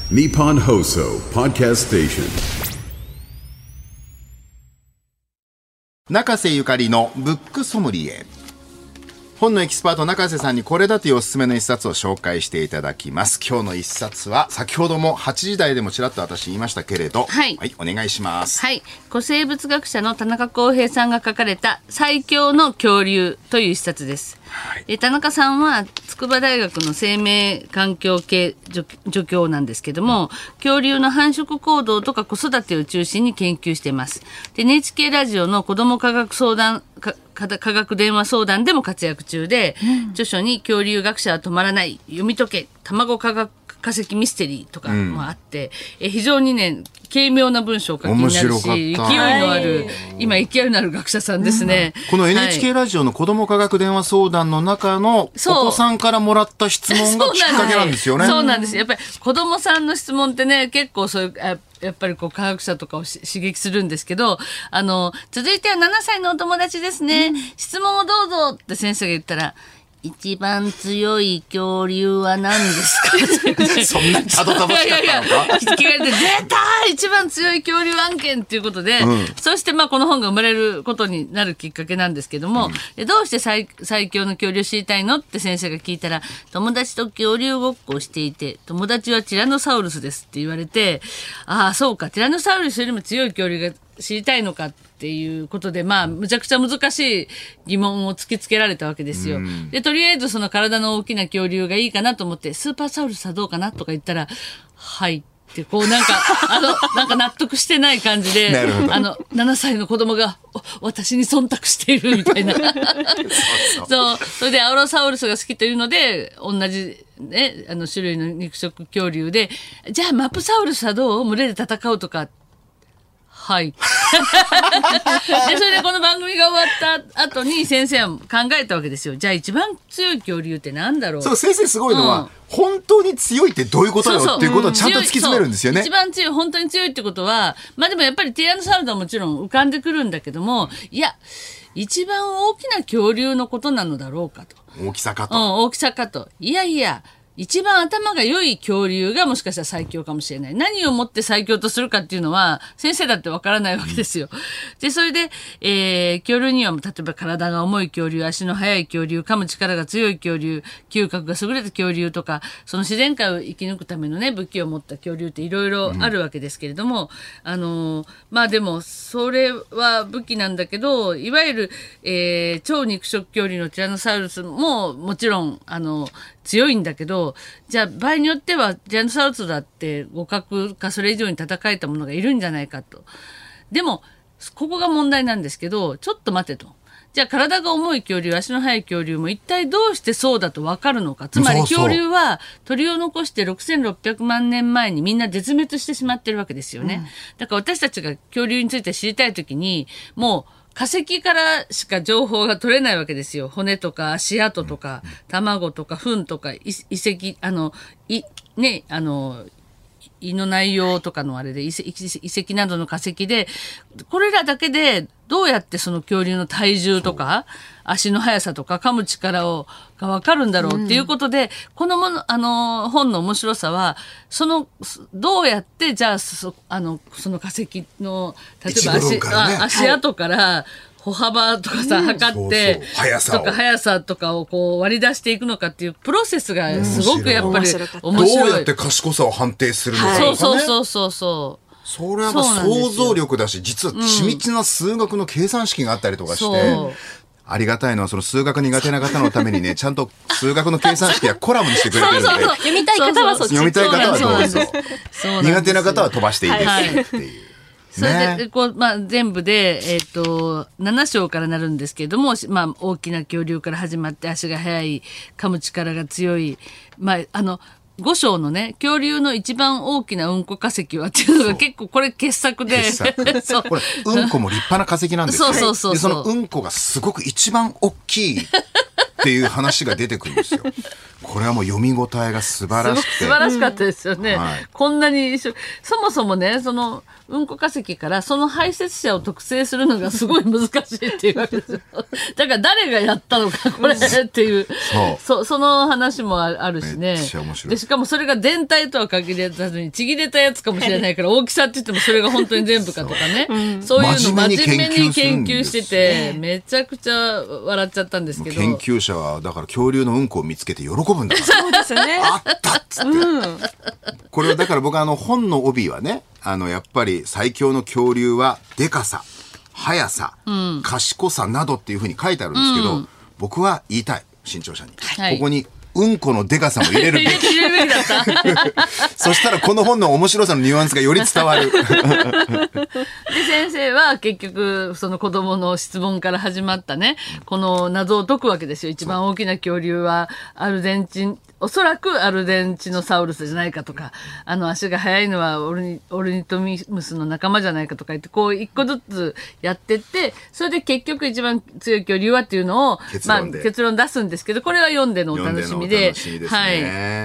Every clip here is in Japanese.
Nippon Hoso Podcast Station。 中瀬ゆかりのブックソムリエ。本のエキスパート中瀬さんにこれだというおすすめの一冊を紹介していただきます。今日の一冊は先ほども8時台でもちらっと私言いましたけれど、 はい、 お願いします。 はい、古生物学者の田中康平さんが書かれた最強の恐竜という一冊です。田中さんは筑波大学の生命環境系助教なんですけども、恐竜の繁殖行動とか子育てを中心に研究しています。で NHK ラジオの子ども科学電話相談でも活躍中で、著書に恐竜学者は止まらない読み解け卵化石ミステリーとかもあって、非常にね軽妙な文章を書きになるし、勢いのある、今勢いのある学者さんですね。 この NHK ラジオの子ども科学電話相談の中のお子さんからもらった質問がきっかけなんですよね。 そうなんです。やっぱり子どもさんの質問ってね、結構そういうやっぱりこう科学者とかを刺激するんですけど、続いては7歳のお友達ですね、質問をどうぞって先生が言ったら、一番強い恐竜は何ですかそんなにたどたどしかったのか聞かれて、出た一番強い恐竜案件っていうことで、そしてこの本が生まれることになるきっかけなんですけども、どうして最強の恐竜知りたいのって先生が聞いたら、友達と恐竜ごっこをしていて、友達はティラノサウルスですって言われて、ああそうか、ティラノサウルスよりも強い恐竜が知りたいのかっていうことで、むちゃくちゃ難しい疑問を突きつけられたわけですよ。で、とりあえずその体の大きな恐竜がいいかなと思って、スーパーサウルスはどうかなとか言ったら、はいってこうなんか納得してない感じで、7歳の子供が私に忖度しているみたいな。それでアウロサウルスが好きというので、同じね、種類の肉食恐竜で、じゃあマプサウルスはどう？群れで戦うとか。はい。で、それでこの番組が終わった後に先生は考えたわけですよ。じゃあ一番強い恐竜ってなんだろう。 そう、先生すごいのは、本当に強いってどういうことよっていうことをちゃんと突き詰めるんですよね。 一番強い、本当に強いってことは、でもやっぱりティラノサウルスはもちろん浮かんでくるんだけども、いや、一番大きな恐竜のことなのだろうかと。 大きさかと。 大きさかと。いやいや、一番頭が良い恐竜がもしかしたら最強かもしれない。何をもって最強とするかっていうのは先生だってわからないわけですよ。で、それで、恐竜には例えば体が重い恐竜、足の速い恐竜、噛む力が強い恐竜、嗅覚が優れた恐竜とか、その自然界を生き抜くためのね、武器を持った恐竜っていろいろあるわけですけれども、でも、それは武器なんだけど、いわゆる、超肉食恐竜のティラノサウルスももちろん、強いんだけど、じゃあ場合によってはティラノサウルスだって互角かそれ以上に戦えたものがいるんじゃないかと。でもここが問題なんですけど、ちょっと待てと。じゃあ体が重い恐竜、足の速い恐竜も一体どうしてそうだと分かるのか。つまり恐竜は鳥を残して6600万年前にみんな絶滅してしまってるわけですよね。だから私たちが恐竜について知りたいときに、もう化石からしか情報が取れないわけですよ。骨とか足跡とか、卵とか糞とか遺跡、胃の内容とかのあれで遺跡などの化石で、これらだけでどうやってその恐竜の体重とか足の速さとか噛む力が分かるんだろうっていうことで、この本の面白さはどうやってじゃあその化石の例えば足跡から歩幅とかさ、測って、速さとかをこう割り出していくのかっていうプロセスがすごくやっぱり面白い。 どうやって賢さを判定するのかとかね。 そう。 それは想像力だし、実は緻密な数学の計算式があったりとかして、ありがたいのはその数学苦手な方のためにね、ちゃんと数学の計算式やコラムにしてくれてるので、 読みたい方はそっち。 読みたい方はどうぞ。苦手な方は飛ばしていいですっていう。 それで全部で、7章からなるんですけれども、大きな恐竜から始まって足が速い、噛む力が強い、5章のね、恐竜の一番大きなうんこ化石はっていうのが結構これ傑作で。 これ、うんこも立派な化石なんですよ。 そう。 で、そのうんこがすごく一番大きいっていう話が出てくるんですよ。これはもう読み応えが素晴らしくて素晴らしかったですよね。 はいこんなにそもそもね、そのうんこ化石からその排泄者を特定するのがすごい難しいっていうわけですよ。だから誰がやったのかこれっていうその話もあるしね。 めっちゃ面白いでしかもそれが全体とは限らずにちぎれたやつかもしれないから大きさって言ってもそれが本当に全部かとかね。そういうの真面目に研究しててめちゃくちゃ笑っちゃったんですけど。 研究者はだから恐竜のうんこを見つけて喜ぶんだからそうですね。 あったっつって、これはだから僕本の帯はねやっぱり最強の恐竜はでかさ速さ、賢さなどっていうふうに書いてあるんですけど、僕は言いたい新潮社に、 はい、 ここにうんこのでかさも入れるべき入れるべきだったそしたらこの本の面白さのニュアンスがより伝わるで先生は結局その子供の質問から始まったねこの謎を解くわけですよ。一番大きな恐竜はおそらくアルゼンチノサウルスじゃないかとか足が速いのはオルニトミムスの仲間じゃないかとか言ってこう一個ずつやってってそれで結局一番強い恐竜はっていうのを結論出すんですけどこれは読んでのお楽しみで。 はい、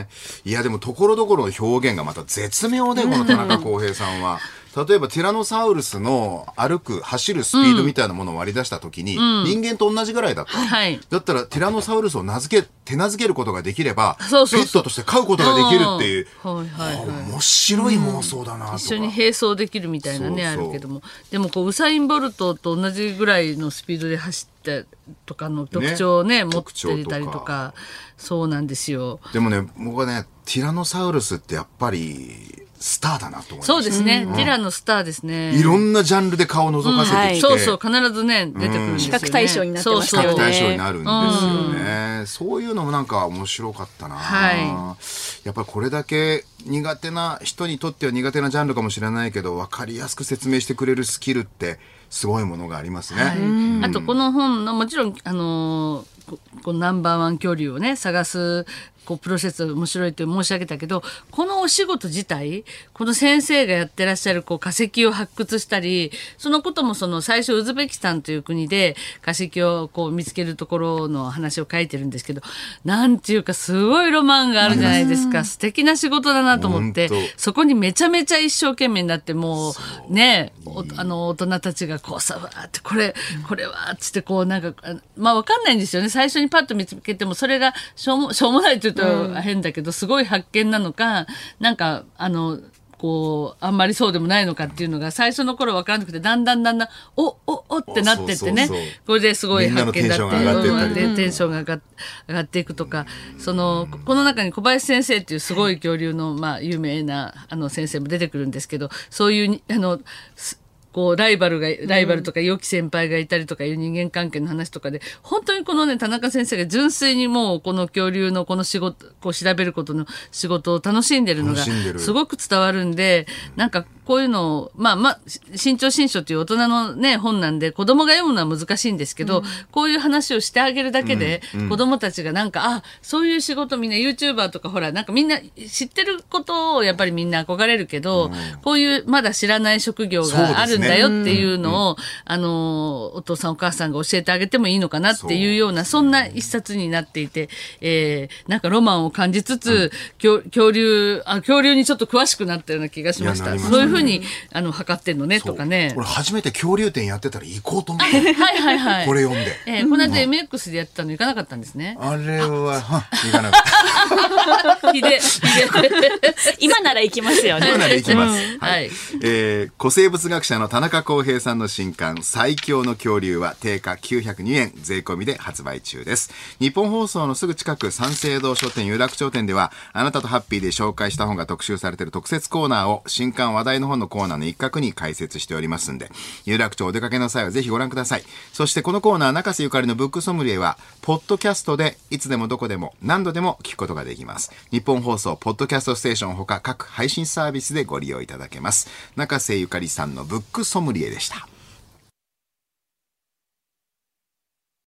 いやでもところどころの表現がまた絶妙でこの田中康平さんは。例えばティラノサウルスの走るスピードみたいなものを割り出したときに、人間と同じぐらいだった、だったらティラノサウルスを手なずけることができればペットとして飼うことができるっていう、面白い妄想だなとか、 一緒に並走できるみたいなねあるけどもでもウサイン・ボルトと同じぐらいのスピードで走ってとかの特徴をね持っていたりとかそうなんですよ。 でもね僕はねティラノサウルスってやっぱりスターだなと思います。 そうですね、ティラノスターですね。 いろんなジャンルで顔を覗かせてきて、 そうそう必ずね出てくるんですよね。 比較対象になってましたよね。 比較対象になるんですよね。そういうのもなんか面白かったな、やっぱりこれだけ苦手な人にとっては苦手なジャンルかもしれないけど分かりやすく説明してくれるスキルってすごいものがありますね、 あとこの本のもちろんこのナンバーワン恐竜をね探すプロセス面白いと申し上げたけどこのお仕事自体この先生がやってらっしゃる化石を発掘したりそのことも最初ウズベキスタンという国で化石を見つけるところの話を書いてるんですけどなんていうかすごいロマンがあるじゃないですか。素敵な仕事だなと思ってそこにめちゃめちゃ一生懸命になってもうね大人たちがさわーってこれはっつってなんか分かんないんですよね。最初にパッと見つけてもそれがしょうもないというと変だけどすごい発見なのかなんかあんまりそうでもないのかっていうのが最初の頃分からなくてだんだんおってなってってねこれですごい発見だってテンションが上がっていくとかこの中に小林先生っていうすごい恐竜の有名な先生も出てくるんですけどそういうライバルとか良き先輩がいたりとかいう人間関係の話とかで本当にこのね田中先生が純粋にもうこの恐竜のこの仕事調べることの仕事を楽しんでるのがすごく伝わるんでなんかこういうのを新潮新書という大人のね本なんで子供が読むのは難しいんですけど、こういう話をしてあげるだけで、子供たちがなんかそういう仕事みんな YouTuber とかほらなんかみんな知ってることをやっぱりみんな憧れるけど、こういうまだ知らない職業があるんだよっていうのをお父さんお母さんが教えてあげてもいいのかなっていうようなそんな一冊になっていて、なんかロマンを感じつつ、恐竜にちょっと詳しくなったような気がしました。そういうふうに測ってんのねとかね。 これ初めて恐竜展やってたら行こうと思ってはいこれ読んで、 この間 MX でやってたの行かなかったんですね。 あれは行かなかった今なら行きますよね。 今なら行きます、 はい。 古生物学者の田中康平さんの新刊最強の恐竜は定価902円税込みで発売中です。日本放送のすぐ近く三省堂書店有楽町店ではあなたとハッピーで紹介した本が特集されている特設コーナーを新刊話題の本のコーナーの一角に開設しておりますんで有楽町お出かけの際はぜひご覧ください。そしてこのコーナー中瀬ゆかりのブックソムリエはポッドキャストでいつでもどこでも何度でも聞くことができます。日本放送ポッドキャストステーションほか各配信サービスでご利用いただけます。中瀬ゆかりさんのブックソムリエでした。